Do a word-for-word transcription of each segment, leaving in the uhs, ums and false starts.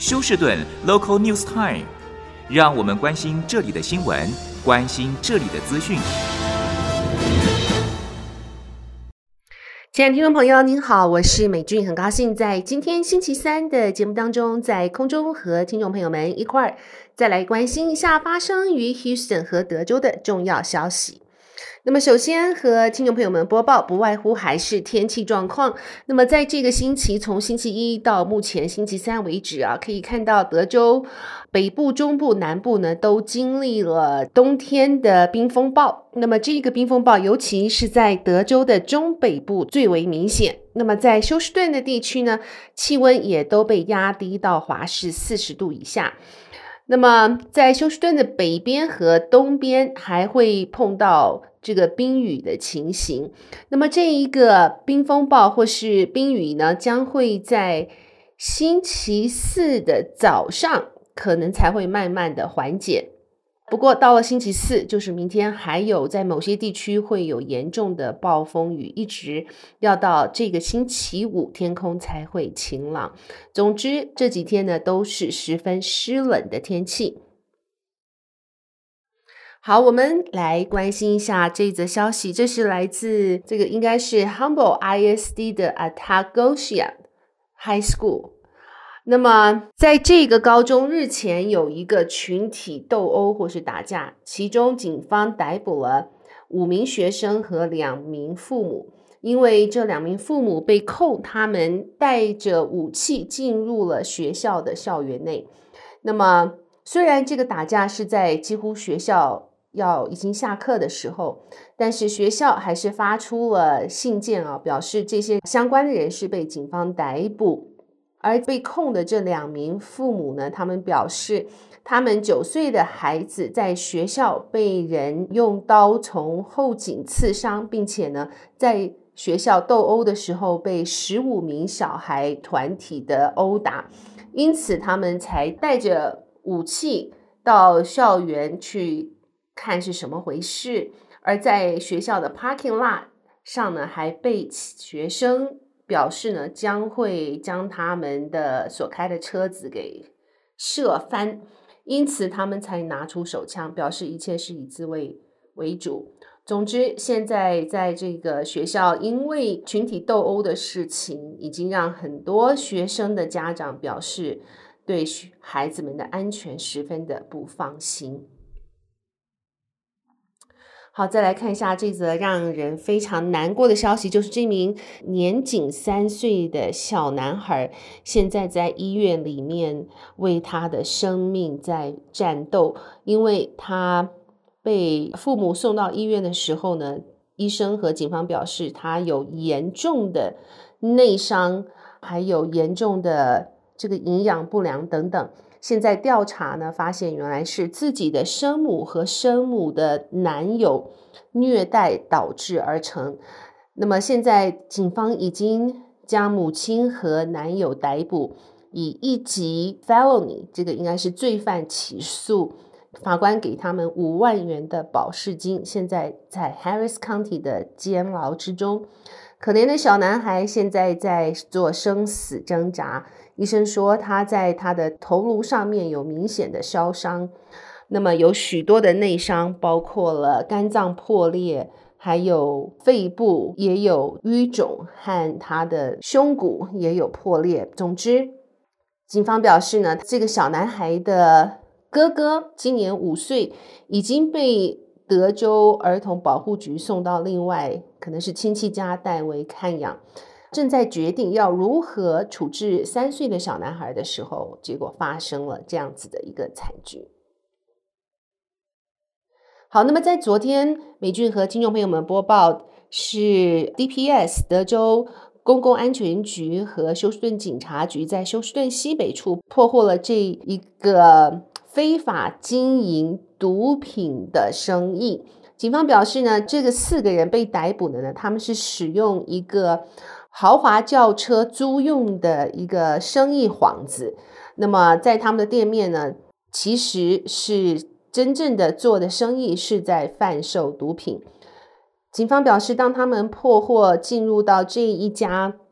休士顿 Local News Time， 让我们关心这里的新闻，关心这里的资讯。 亲爱的听众朋友您好，我是美俊，很高兴在今天星期三的节目当中，在空中和听众朋友们一块儿再来关心一下发生于 Houston 和德州的重要消息。那么首先和听众朋友们播报，不外乎还是天气状况。那么在这个星期，从星期一到目前星期三为止啊，可以看到德州北部、中部、南部呢都经历了冬天的冰风暴。那么这个冰风暴尤其是在德州的中北部最为明显。那么在休斯顿的地区呢，气温也都被压低到华氏四十度以下。那么在休斯顿的北边和东边还会碰到这个冰雨的情形。那么这一个冰风暴或是冰雨呢，将会在星期四的早上可能才会慢慢的缓解。不过到了星期四，就是明天，还有在某些地区会有严重的暴风雨，一直要到这个星期五天空才会晴朗。总之这几天呢都是十分湿冷的天气。好，我们来关心一下这则消息，这是来自这个应该是 Humboldt I S D 的 Atascocita High School。那么在这个高中日前有一个群体斗殴或是打架，其中警方逮捕了五名学生和两名父母，因为这两名父母被控他们带着武器进入了学校的校园内。那么虽然这个打架是在几乎学校要已经下课的时候，但是学校还是发出了信件啊，表示这些相关的人士被警方逮捕。而被控的这两名父母呢，他们表示他们九岁的孩子在学校被人用刀从后颈刺伤，并且呢在学校斗殴的时候被十五名小孩团体的殴打，因此他们才带着武器到校园去看是什么回事。而在学校的 parking lot 上呢，还被学生表示呢将会将他们的所开的车子给射翻，因此他们才拿出手枪，表示一切是以自卫为主。总之现在在这个学校，因为群体斗殴的事情已经让很多学生的家长表示对孩子们的安全十分的不放心。好，再来看一下这则让人非常难过的消息，就是这名年仅三岁的小男孩现在在医院里面为他的生命在战斗。因为他被父母送到医院的时候呢，医生和警方表示他有严重的内伤，还有严重的这个营养不良等等。现在调查呢，发现原来是自己的生母和生母的男友虐待导致而成。那么现在警方已经将母亲和男友逮捕，以一级 felony 这个应该是罪犯起诉，法官给他们五万元的保释金，现在在 Harris County 的监牢之中。可怜的小男孩现在在做生死挣扎，医生说他在他的头颅上面有明显的烧伤，那么有许多的内伤，包括了肝脏破裂，还有肺部也有淤肿，和他的胸骨也有破裂。总之警方表示呢，这个小男孩的哥哥今年五岁，已经被德州儿童保护局送到另外可能是亲戚家代为看养，正在决定要如何处置三岁的小男孩的时候，结果发生了这样子的一个惨剧。好，那么在昨天美俊和听众朋友们播报是 D P S 德州公共安全局和休斯顿警察局在休斯顿西北处破获了这一个非法经营毒品的生意。警方表示呢，这个四个人被逮捕的呢，他们是使用一个豪华轿车租用的一个生意幌子。那么在他们的店面呢，其实是真正的做的生意是在贩售毒品。警方表示，当他们破获进入到这一家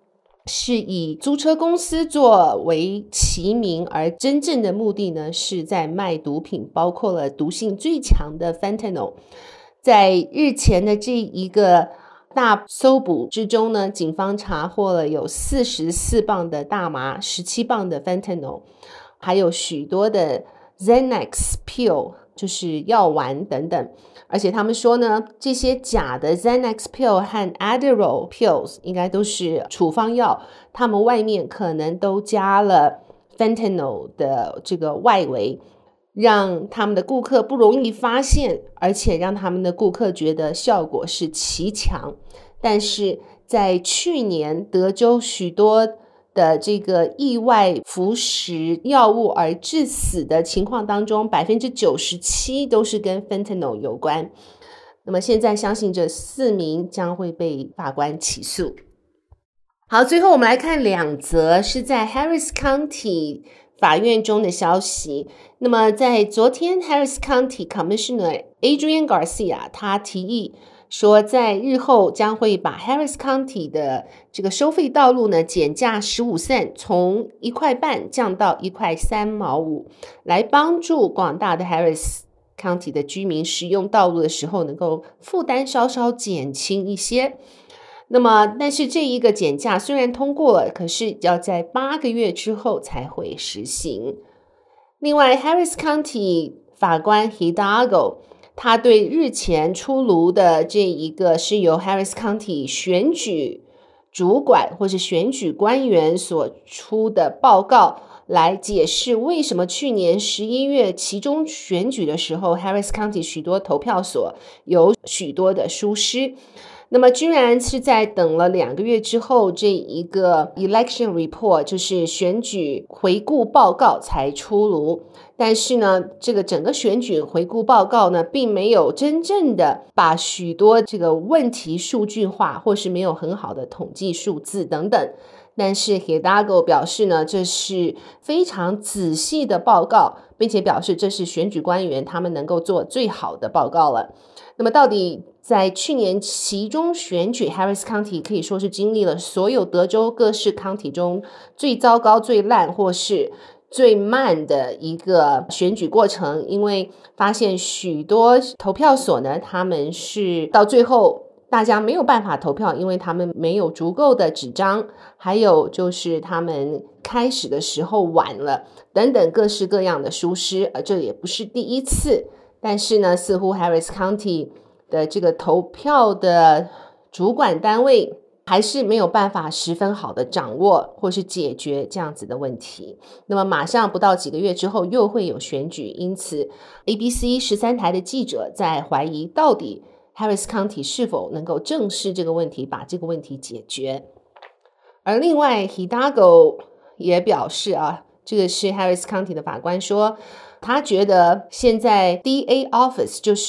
是以租车公司作为其名，而真正的目的呢是在卖毒品，包括了毒性最强的 fentanyl。 在日前的这一个大搜捕之中呢，警方查获了有四十四磅的大麻，十七磅的 fentanyl， 还有许多的 Xanax pill， 就是药丸等等。而且他们说呢，这些假的 Xanax pill 和 Adderall pills 应该都是处方药，他们外面可能都加了 fentanyl 的这个外围，让他们的顾客不容易发现，而且让他们的顾客觉得效果是奇强。但是在去年德州许多的这个意外服食药物而致死的情况当中， 百分之九十七 都是跟 fentanyl 有关。那么现在相信这四名将会被法官起诉。好，最后我们来看两则是在 Harris County 法院中的消息。那么在昨天 Harris County Commissioner Adrian Garcia 他提议说，在日后将会把 Harris County 的这个收费道路呢减价十五 cent， 从一块半降到一块三毛五，来帮助广大的 Harris County 的居民使用道路的时候能够负担稍稍减轻一些。那么但是这一个减价虽然通过了，可是要在八个月之后才会实行。另外 Harris County 法官 Hidalgo他对日前出炉的这一个是由 Harris County 选举主管或是选举官员所出的报告来解释为什么去年十一月期中选举的时候 Harris County 许多投票所有许多的疏失。那么居然是在等了两个月之后，这一个 election report 就是选举回顾报告才出炉。但是呢，这个整个选举回顾报告呢，并没有真正的把许多这个问题数据化，或是没有很好的统计数字等等。但是 Hidalgo 表示呢，这是非常仔细的报告，并且表示这是选举官员他们能够做最好的报告了。那么到底在去年期中选举 Harris County 可以说是经历了所有德州各市 county 中最糟糕最烂或是最慢的一个选举过程，因为发现许多投票所呢，他们是到最后大家没有办法投票，因为他们没有足够的纸张，还有就是他们开始的时候晚了等等各式各样的疏失，而这也不是第一次。但是呢，似乎 Harris County 的这个投票的主管单位还是没有办法十分好的掌握或是解决这样子的问题。那么马上不到几个月之后又会有选举，因此 A B C 十三台的记者在怀疑到底 Harris County 是否能够正视这个问题，把这个问题解决。而另外 Hidalgo 也表示啊，这个是 Harris County 的法官说，他觉得现在 D A Office 就是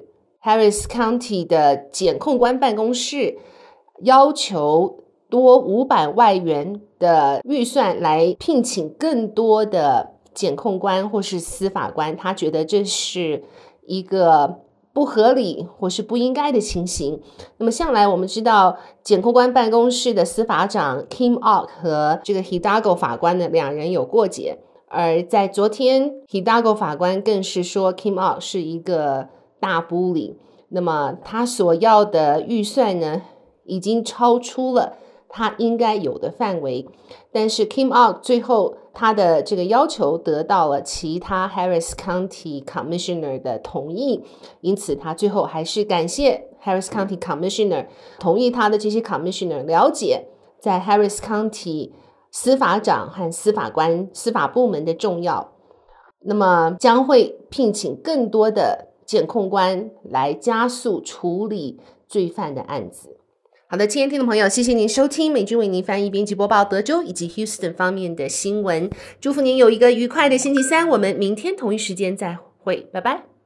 Harris County 的检控官办公室要求多五百万元的预算来聘请更多的检控官或是司法官，他觉得这是一个不合理或是不应该的情形。那么向来我们知道检控官办公室的司法长 Kim Ott 和这个 Hidalgo 法官呢两人有过节，而在昨天 Hidalgo 法官更是说 Kim Ott 是一个大bully，那么他所要的预算呢已经超出了他应该有的范围。但是 Kim Ott 最后他的这个要求得到了其他 Harris County Commissioner 的同意，因此他最后还是感谢 Harris County Commissioner 同意他的这些 Commissioner 了解在 Harris County 司法长和司法官司法部门的重要，那么将会聘请更多的检控官来加速处理罪犯的案子。好的，亲爱的听众朋友，谢谢您收听美君为您翻译编辑播报德州以及 Houston 方面的新闻，祝福您有一个愉快的星期三，我们明天同一时间再会，拜拜。